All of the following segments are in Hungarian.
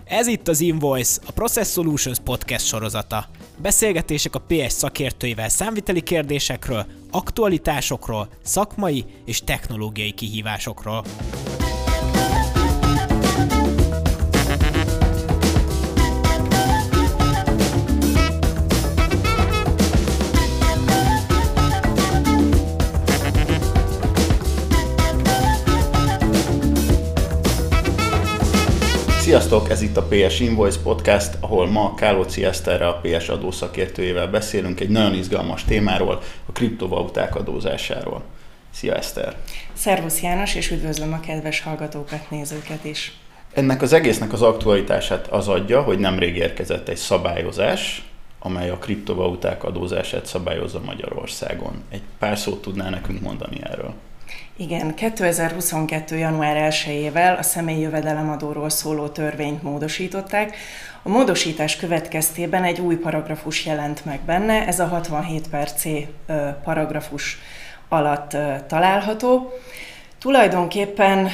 Ez itt az Invoice, a Process Solutions podcast sorozata. Beszélgetések a PS szakértőivel számviteli kérdésekről, aktualitásokról, szakmai és technológiai kihívásokról. Sziasztok, ez itt a PS Invoice podcast, ahol ma Kálóci Eszterrel, a PS adószakértőjével beszélünk egy nagyon izgalmas témáról, a kriptovaluták adózásáról. Szia Eszter! Szervusz János, és üdvözlöm a kedves hallgatókat, nézőket is! Ennek az egésznek az aktualitását az adja, hogy nemrég érkezett egy szabályozás, amely a kriptovaluták adózását szabályozza Magyarországon. Egy pár szót tudnál nekünk mondani erről? Igen, 2022. január 1-ével a személyi jövedelemadóról szóló törvényt módosították. A módosítás következtében egy új paragrafus jelent meg benne, ez a 67 per C paragrafus alatt található. Tulajdonképpen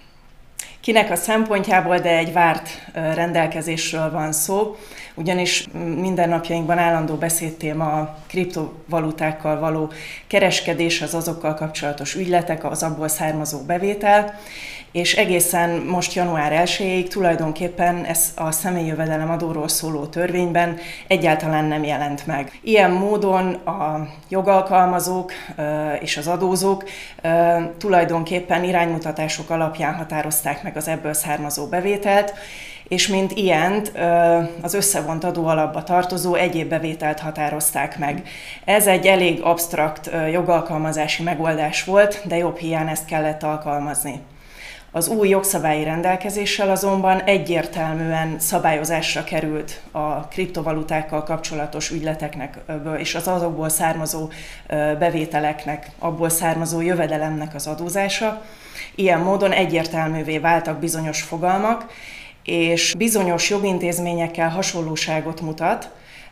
kinek a szempontjából, de egy várt rendelkezésről van szó, ugyanis mindennapjainkban állandó beszédtéma a kriptovalutákkal való kereskedés, az azokkal kapcsolatos ügyletek, az abból származó bevétel, és egészen most január 1-ig tulajdonképpen ez a személyi jövedelemadóról szóló törvényben egyáltalán nem jelent meg. Ilyen módon a jogalkalmazók és az adózók tulajdonképpen iránymutatások alapján határozták meg az ebből származó bevételt, és mint ilyent az összevont adóalapba tartozó egyéb bevételt határozták meg. Ez egy elég absztrakt jogalkalmazási megoldás volt, de jobb hiány ezt kellett alkalmazni. Az új jogszabályi rendelkezéssel azonban egyértelműen szabályozásra került a kriptovalutákkal kapcsolatos ügyleteknek és az azokból származó bevételeknek, abból származó jövedelemnek az adózása. Ilyen módon egyértelművé váltak bizonyos fogalmak, és bizonyos jogintézményekkel hasonlóságot mutat,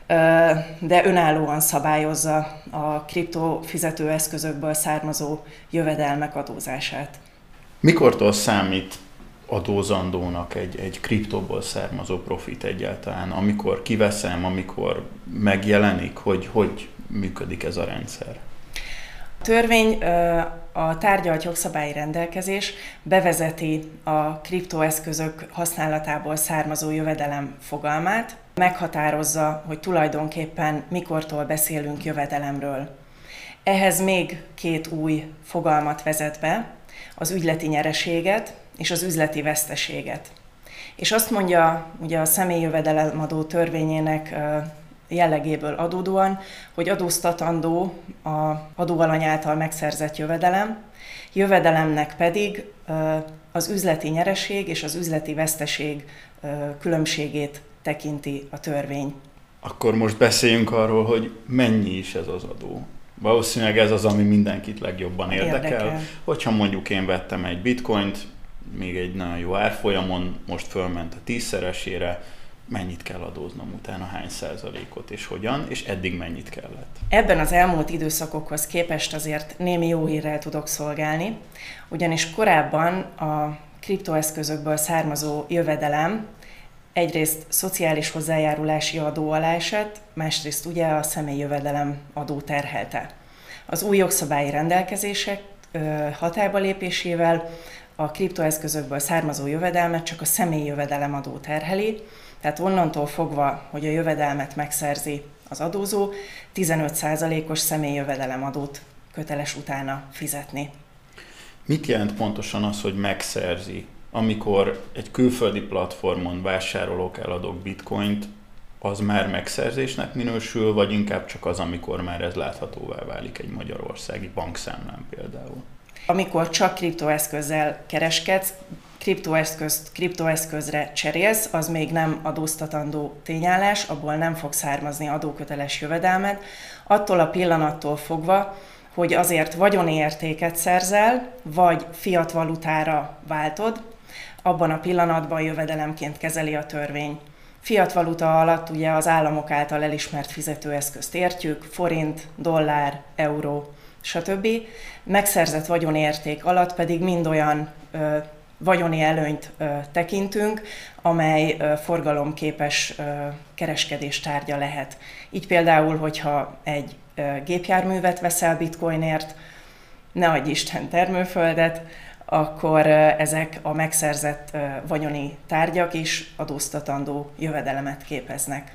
de önállóan szabályozza a kriptofizetőeszközökből származó jövedelmek adózását. Mikortól számít adózandónak egy kriptóból származó profit egyáltalán? Amikor kiveszem, amikor megjelenik, hogy működik ez a rendszer? A törvény, a tárgyalt jogszabályi rendelkezés bevezeti a kriptoeszközök használatából származó jövedelem fogalmát, meghatározza, hogy tulajdonképpen mikortól beszélünk jövedelemről. Ehhez még két új fogalmat vezet be, az ügyleti nyereséget és az üzleti veszteséget. És azt mondja ugye a személyi jövedelemadó törvényének jellegéből adódóan, hogy adóztatandó az adóalany által megszerzett jövedelemnek pedig az üzleti nyereség és az üzleti veszteség különbségét tekinti a törvény. Akkor most beszéljünk arról, hogy mennyi is ez az adó. Valószínűleg ez az, ami mindenkit legjobban érdekel. Hogyha mondjuk én vettem egy bitcoint, még egy nagyon jó árfolyamon, most fölment a 10-szeresére, mennyit kell adóznom utána, hány százalékot és hogyan, és eddig mennyit kellett? Ebben az elmúlt időszakokhoz képest azért némi jó hírrel tudok szolgálni, ugyanis korábban a kriptoeszközökből származó jövedelem egyrészt szociális hozzájárulási adó alá esett, másrészt ugye a személyi jövedelem adó terhelte. Az új jogszabályi rendelkezések hatályba lépésével a kriptoeszközökből származó jövedelmet csak a személyi jövedelemadó terheli, tehát onnantól fogva, hogy a jövedelmet megszerzi az adózó, 15%-os személyi jövedelemadót köteles utána fizetni. Mit jelent pontosan az, hogy megszerzi? Amikor egy külföldi platformon vásárolok, eladok bitcoint, az már megszerzésnek minősül, vagy inkább csak az, amikor már ez láthatóvá válik egy magyarországi bankszámlán például? Amikor csak kriptoeszközzel kereskedsz, kriptoeszközre cserélsz, az még nem adóztatandó tényállás, abból nem fog származni adóköteles jövedelmed. Attól a pillanattól fogva, hogy azért vagyoni értéket szerzel, vagy fiat valutára váltod, abban a pillanatban jövedelemként kezeli a törvény. Fiat valuta alatt ugye az államok által elismert fizetőeszközt értjük, forint, dollár, euró, stb. Megszerzett vagyonérték alatt pedig mind olyan vagyoni előnyt tekintünk, amely forgalomképes kereskedés tárgya lehet. Így például, hogyha egy gépjárművet veszel bitcoinért, ne adj Isten termőföldet, akkor ezek a megszerzett vagyoni tárgyak is adóztatandó jövedelemet képeznek.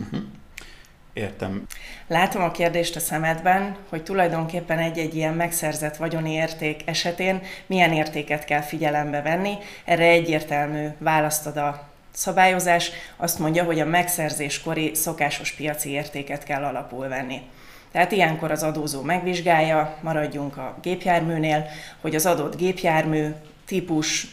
Értem. Látom a kérdést a szemedben, hogy tulajdonképpen egy-egy ilyen megszerzett vagyoni érték esetén milyen értéket kell figyelembe venni. Erre egyértelmű választ ad a szabályozás. Azt mondja, hogy a megszerzéskori szokásos piaci értéket kell alapul venni. Tehát ilyenkor az adózó megvizsgálja, maradjunk a gépjárműnél, hogy az adott gépjármű, típus,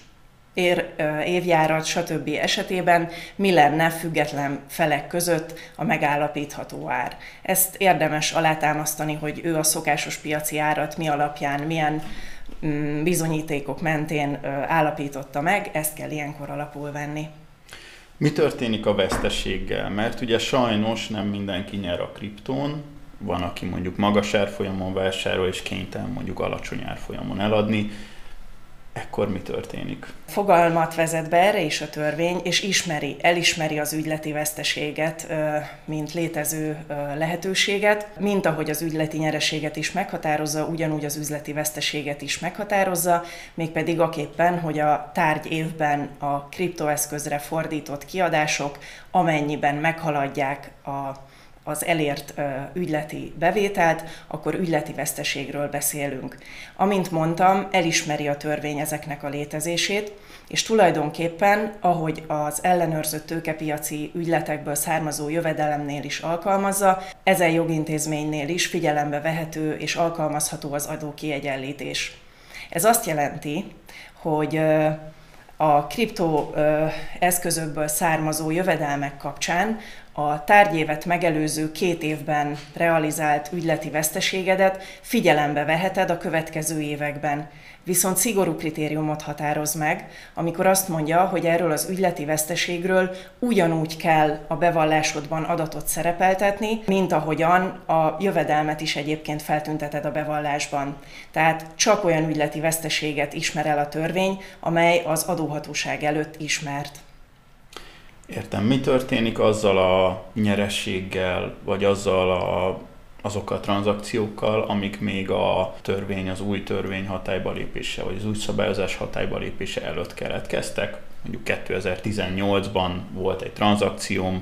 évjárat, stb. Esetében mi lenne független felek között a megállapítható ár. Ezt érdemes alátámasztani, hogy ő a szokásos piaci árat mi alapján, milyen bizonyítékok mentén állapította meg, ezt kell ilyenkor alapul venni. Mi történik a veszteséggel? Mert ugye sajnos nem mindenki nyer a kriptón, van, aki mondjuk magas árfolyamon vásárol, és kénytelen mondjuk alacsony árfolyamon eladni. Ekkor mi történik? Fogalmat vezet be erre is a törvény, és elismeri az ügyleti veszteséget, mint létező lehetőséget, mint ahogy az ügyleti nyereséget is meghatározza, ugyanúgy az üzleti veszteséget is meghatározza, mégpedig aképpen, hogy a tárgy évben a kriptoeszközre fordított kiadások, amennyiben meghaladják az elért ügyleti bevételt, akkor ügyleti veszteségről beszélünk. Amint mondtam, elismeri a törvény ezeknek a létezését, és tulajdonképpen, ahogy az ellenőrzött tőkepiaci ügyletekből származó jövedelemnél is alkalmazza, ezen jogintézménynél is figyelembe vehető és alkalmazható az adókiegyenlítés. Ez azt jelenti, hogy a kriptó eszközökből származó jövedelmek kapcsán a tárgyévet megelőző 2 évben realizált ügyleti veszteségedet figyelembe veheted a következő években. Viszont szigorú kritériumot határoz meg, amikor azt mondja, hogy erről az ügyleti veszteségről ugyanúgy kell a bevallásodban adatot szerepeltetni, mint ahogyan a jövedelmet is egyébként feltünteted a bevallásban. Tehát csak olyan ügyleti veszteséget ismer el a törvény, amely az adóhatóság előtt ismert. Értem. Mi történik azzal a nyerességgel, vagy azokkal a tranzakciókkal, amik még az új törvény hatályba lépése, vagy az új szabályozás hatályba lépése előtt keletkeztek? Mondjuk 2018-ban volt egy tranzakcióm,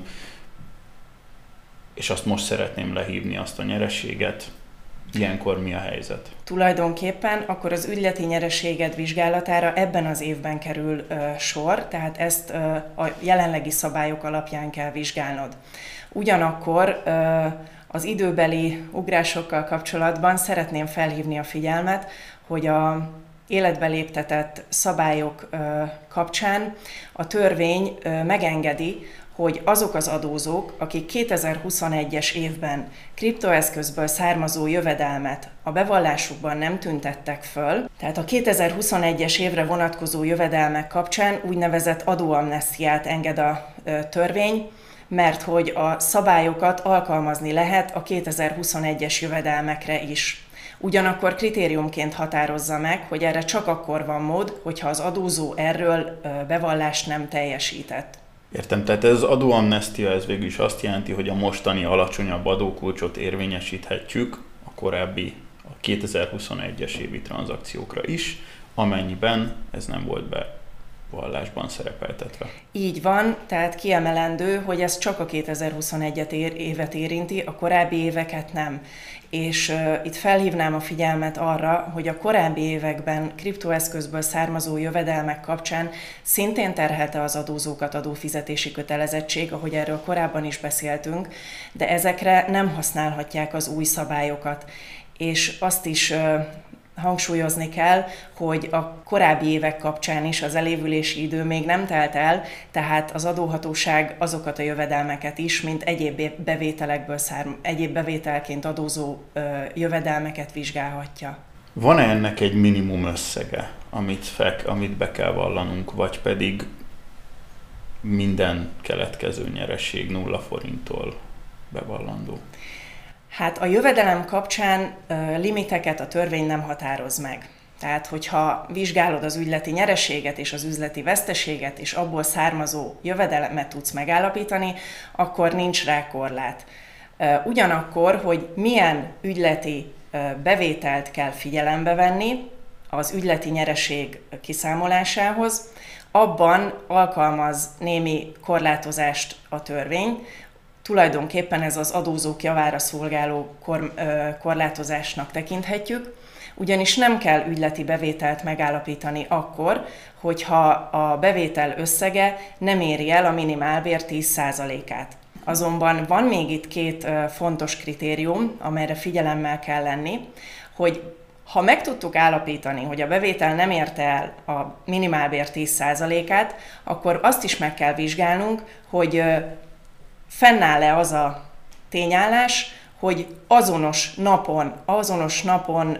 és azt most szeretném lehívni, azt a nyerességet. Ilyenkor mi a helyzet? Tulajdonképpen akkor az ügyleti nyereséged vizsgálatára ebben az évben kerül sor, tehát ezt a jelenlegi szabályok alapján kell vizsgálnod. Ugyanakkor az időbeli ugrásokkal kapcsolatban szeretném felhívni a figyelmet, hogy a életbe léptetett szabályok kapcsán a törvény megengedi, hogy azok az adózók, akik 2021-es évben kriptoeszközből származó jövedelmet a bevallásukban nem tüntettek föl, tehát a 2021-es évre vonatkozó jövedelmek kapcsán úgynevezett adóamnesztiát enged a törvény, mert hogy a szabályokat alkalmazni lehet a 2021-es jövedelmekre is. Ugyanakkor kritériumként határozza meg, hogy erre csak akkor van mód, hogyha az adózó erről bevallást nem teljesített. Értem, tehát ez az adóamnestia, ez végül is azt jelenti, hogy a mostani alacsonyabb adókulcsot érvényesíthetjük a korábbi, a 2021-es évi tranzakciókra is, amennyiben ez nem volt bevallásban szerepeltetve. Így van, tehát kiemelendő, hogy ez csak a 2021 évet érinti, a korábbi éveket nem. És itt felhívnám a figyelmet arra, hogy a korábbi években kriptoeszközből származó jövedelmek kapcsán szintén terhelte az adózókat adófizetési kötelezettség, ahogy erről korábban is beszéltünk, de ezekre nem használhatják az új szabályokat. És azt is hangsúlyozni kell, hogy a korábbi évek kapcsán is az elévülési idő még nem telt el, tehát az adóhatóság azokat a jövedelmeket is, mint egyéb bevételként adózó jövedelmeket vizsgálhatja. Van-e ennek egy minimum összege, amit be kell vallanunk, vagy pedig minden keletkező nyereség 0 forinttól bevallandó? Hát a jövedelem kapcsán limiteket a törvény nem határoz meg. Tehát, hogyha vizsgálod az ügyleti nyereséget és az üzleti veszteséget, és abból származó jövedelemet tudsz megállapítani, akkor nincs rá korlát. Ugyanakkor, hogy milyen ügyleti bevételt kell figyelembe venni az ügyleti nyereség kiszámolásához, abban alkalmaz némi korlátozást a törvény. Tulajdonképpen ez az adózók javára szolgáló korlátozásnak tekinthetjük, ugyanis nem kell ügyleti bevételt megállapítani akkor, hogyha a bevétel összege nem éri el a minimálbér 10%-át. Azonban van még itt két fontos kritérium, amelyre figyelemmel kell lenni, hogy ha meg tudtuk állapítani, hogy a bevétel nem érte el a minimálbér 10%-át, akkor azt is meg kell vizsgálnunk, hogy fennáll-e az a tényállás, hogy azonos napon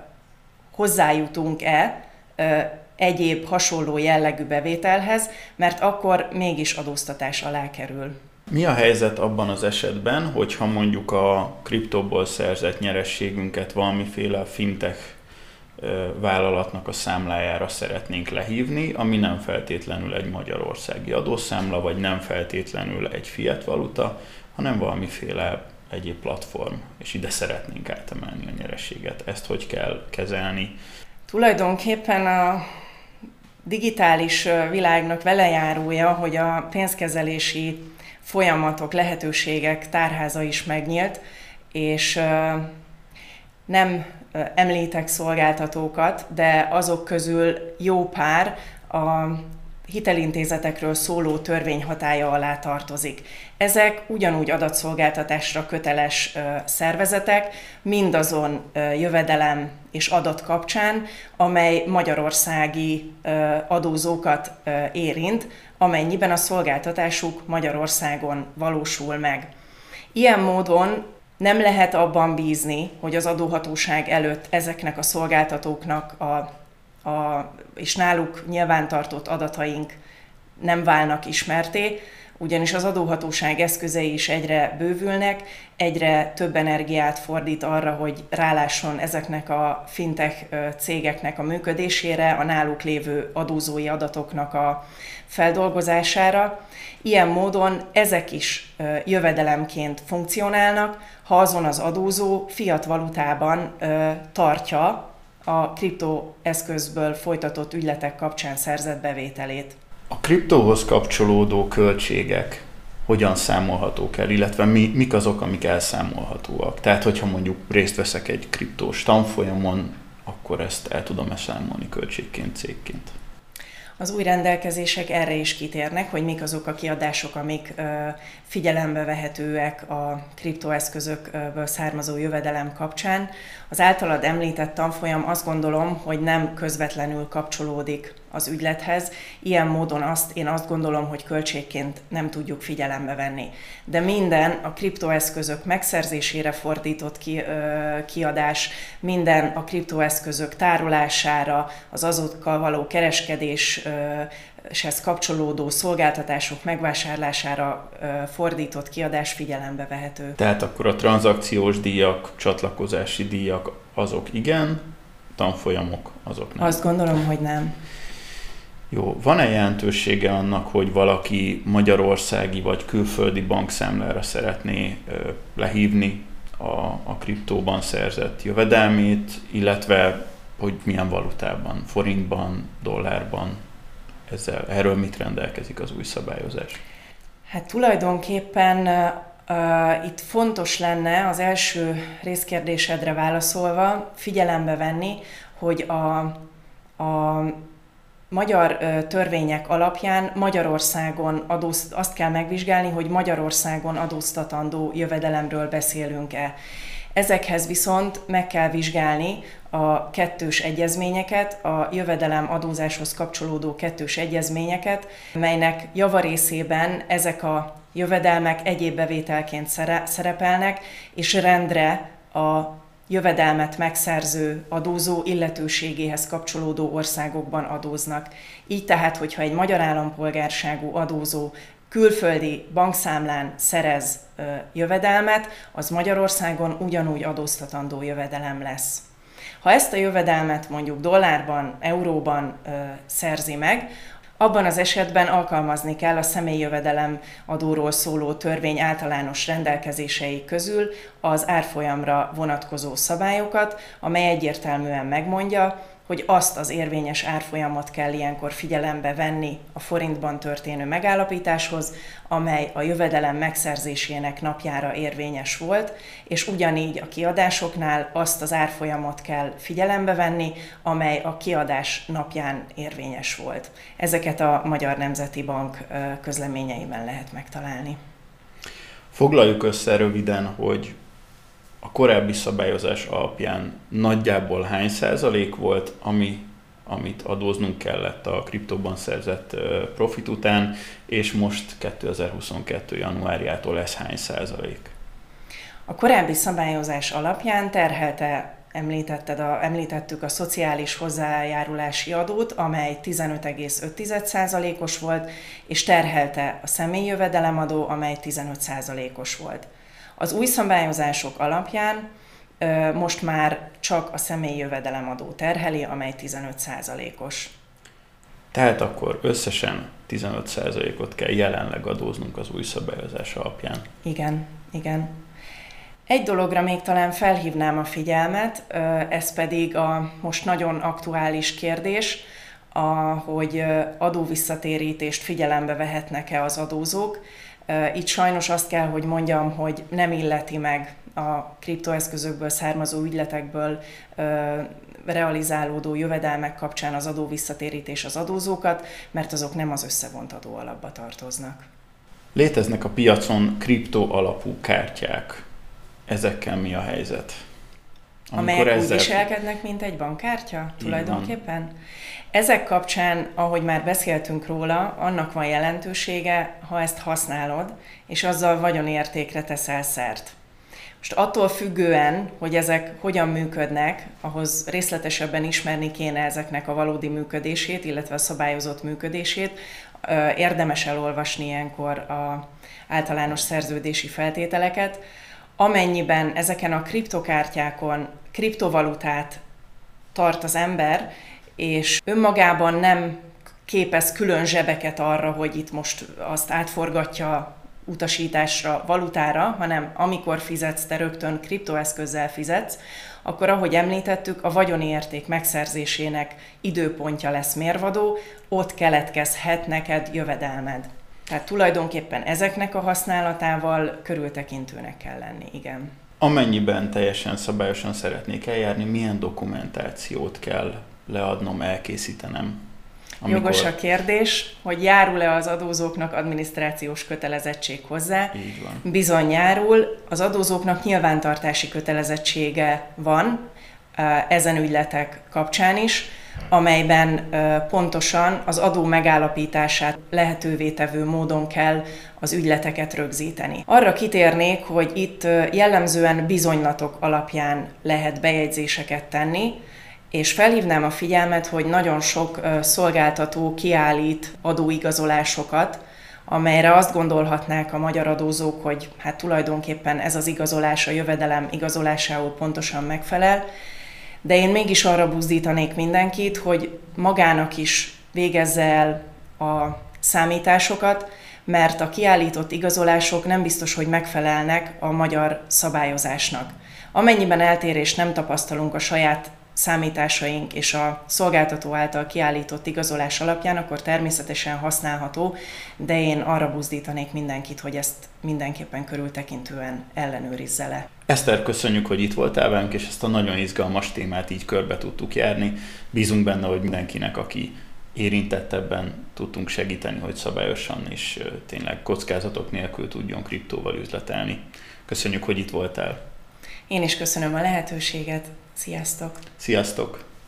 hozzájutunk-e egyéb hasonló jellegű bevételhez, mert akkor mégis adóztatás alá kerül. Mi a helyzet abban az esetben, hogyha mondjuk a kriptóból szerzett nyerességünket valamiféle fintech vállalatnak a számlájára szeretnénk lehívni, ami nem feltétlenül egy magyarországi adószámla, vagy nem feltétlenül egy fiat valuta, hanem valamiféle egyéb platform, és ide szeretnénk átemelni a nyerességet. Ezt hogy kell kezelni? Tulajdonképpen a digitális világnak velejárója, hogy a pénzkezelési folyamatok, lehetőségek tárháza is megnyílt, és nem említek szolgáltatókat, de azok közül jó pár a hitelintézetekről szóló törvény hatálya alá tartozik. Ezek ugyanúgy adatszolgáltatásra köteles szervezetek, mindazon jövedelem és adat kapcsán, amely magyarországi adózókat érint, amennyiben a szolgáltatásuk Magyarországon valósul meg. Ilyen módon nem lehet abban bízni, hogy az adóhatóság előtt ezeknek a szolgáltatóknak és náluk nyilvántartott adataink nem válnak ismertté, ugyanis az adóhatóság eszközei is egyre bővülnek, egyre több energiát fordít arra, hogy rálásson ezeknek a fintech cégeknek a működésére, a náluk lévő adózói adatoknak a feldolgozására. Ilyen módon ezek is jövedelemként funkcionálnak, ha azon az adózó fiat valutában tartja a kriptoeszközből folytatott ügyletek kapcsán szerzett bevételét. A kriptóhoz kapcsolódó költségek hogyan számolhatók el, illetve mik azok, amik elszámolhatóak? Tehát, hogyha mondjuk részt veszek egy kriptós tanfolyamon, akkor ezt el tudom számolni költségként, cégként. Az új rendelkezések erre is kitérnek, hogy mik azok a kiadások, amik figyelembe vehetőek a kriptoeszközökből származó jövedelem kapcsán. Az általad említett tanfolyam azt gondolom, hogy nem közvetlenül kapcsolódik az ügylethez. Ilyen módon én azt gondolom, hogy költségként nem tudjuk figyelembe venni. De minden a kriptoeszközök megszerzésére fordított kiadás, minden a kriptoeszközök tárolására, az azokkal való kereskedéshez kapcsolódó szolgáltatások megvásárlására fordított kiadás figyelembe vehető. Tehát akkor a tranzakciós díjak, csatlakozási díjak azok igen, tanfolyamok azok nem. Azt gondolom, hogy nem. Jó, van-e jelentősége annak, hogy valaki magyarországi vagy külföldi bankszámlára szeretné lehívni a kriptóban szerzett jövedelmét, illetve hogy milyen valutában, forintban, dollárban, erről mit rendelkezik az új szabályozás? Hát tulajdonképpen itt fontos lenne az első részkérdésedre válaszolva figyelembe venni, hogy a magyar törvények alapján Magyarországon azt kell megvizsgálni, hogy Magyarországon adóztatandó jövedelemről beszélünk-e. Ezekhez viszont meg kell vizsgálni a kettős egyezményeket, a jövedelem adózáshoz kapcsolódó kettős egyezményeket, melynek javarészében ezek a jövedelmek egyéb bevételként szerepelnek, és rendre a jövedelmet megszerző adózó illetőségéhez kapcsolódó országokban adóznak. Így tehát, hogyha egy magyar állampolgárságú adózó külföldi bankszámlán szerez jövedelmet, az Magyarországon ugyanúgy adóztatandó jövedelem lesz. Ha ezt a jövedelmet mondjuk dollárban, euróban szerzi meg, abban az esetben alkalmazni kell a személyi jövedelem adóról szóló törvény általános rendelkezései közül az árfolyamra vonatkozó szabályokat, amely egyértelműen megmondja, hogy azt az érvényes árfolyamot kell ilyenkor figyelembe venni a forintban történő megállapításhoz, amely a jövedelem megszerzésének napjára érvényes volt, és ugyanígy a kiadásoknál azt az árfolyamot kell figyelembe venni, amely a kiadás napján érvényes volt. Ezeket a Magyar Nemzeti Bank közleményeiben lehet megtalálni. Foglaljuk össze röviden, hogy a korábbi szabályozás alapján nagyjából hány százalék volt, amit adóznunk kellett a kriptóban szerzett profit után, és most 2022. januárjától ez hány százalék? A korábbi szabályozás alapján említettük a szociális hozzájárulási adót, amely 15,5%-os volt, és terhelte a személyi jövedelemadó, amely 15%-os volt. Az új szabályozások alapján most már csak a személyi jövedelemadó terheli, amely 15%-os. Tehát akkor összesen 15%-ot kell jelenleg adóznunk az új szabályozás alapján. Igen. Egy dologra még talán felhívnám a figyelmet, ez pedig a most nagyon aktuális kérdés, hogy adóvisszatérítést figyelembe vehetnek-e az adózók. Itt sajnos azt kell, hogy mondjam, hogy nem illeti meg a kriptoeszközökből származó ügyletekből realizálódó jövedelmek kapcsán az adóvisszatérítés az adózókat, mert azok nem az összevont adóalapba tartoznak. Léteznek a piacon kriptó alapú kártyák. Ezekkel mi a helyzet? Amelyek úgy viselkednek, mint egy bankkártya tulajdonképpen? Van. Ezek kapcsán, ahogy már beszéltünk róla, annak van jelentősége, ha ezt használod, és azzal vagyonértékre teszel szert. Most attól függően, hogy ezek hogyan működnek, ahhoz részletesebben ismerni kéne ezeknek a valódi működését, illetve a szabályozott működését, érdemes elolvasni ilyenkor az általános szerződési feltételeket. Amennyiben ezeken a kriptokártyákon kriptovalutát tart az ember, és önmagában nem képez külön zsebeket arra, hogy itt most azt átforgatja utasításra, valutára, hanem amikor fizetsz, te rögtön kriptoeszközzel fizetsz, akkor ahogy említettük, a vagyoni érték megszerzésének időpontja lesz mérvadó, ott keletkezhet neked jövedelmed. Tehát tulajdonképpen ezeknek a használatával körültekintőnek kell lenni, igen. Amennyiben teljesen szabályosan szeretnék eljárni, milyen dokumentációt kell leadnom, elkészítenem? Jogos a kérdés, hogy járul-e az adózóknak adminisztrációs kötelezettség hozzá? Így van. Bizony járul, az adózóknak nyilvántartási kötelezettsége van ezen ügyletek kapcsán is, amelyben pontosan az adó megállapítását lehetővé tevő módon kell az ügyleteket rögzíteni. Arra kitérnék, hogy itt jellemzően bizonylatok alapján lehet bejegyzéseket tenni, és felhívnám a figyelmet, hogy nagyon sok szolgáltató kiállít adóigazolásokat, amelyre azt gondolhatnák a magyar adózók, hogy hát tulajdonképpen ez az igazolás a jövedelem igazolásául pontosan megfelel, de én mégis arra buzdítanék mindenkit, hogy magának is végezze el a számításokat, mert a kiállított igazolások nem biztos, hogy megfelelnek a magyar szabályozásnak. Amennyiben eltérést nem tapasztalunk a saját számításaink és a szolgáltató által kiállított igazolás alapján, akkor természetesen használható, de én arra buzdítanék mindenkit, hogy ezt mindenképpen körültekintően ellenőrizze le. Eszter, köszönjük, hogy itt voltál velünk, és ezt a nagyon izgalmas témát így körbe tudtuk járni. Bízunk benne, hogy mindenkinek, aki érintett ebben, tudtunk segíteni, hogy szabályosan és tényleg kockázatok nélkül tudjon kriptóval üzletelni. Köszönjük, hogy itt voltál. Én is köszönöm a lehetőséget. Sziasztok! Sziasztok!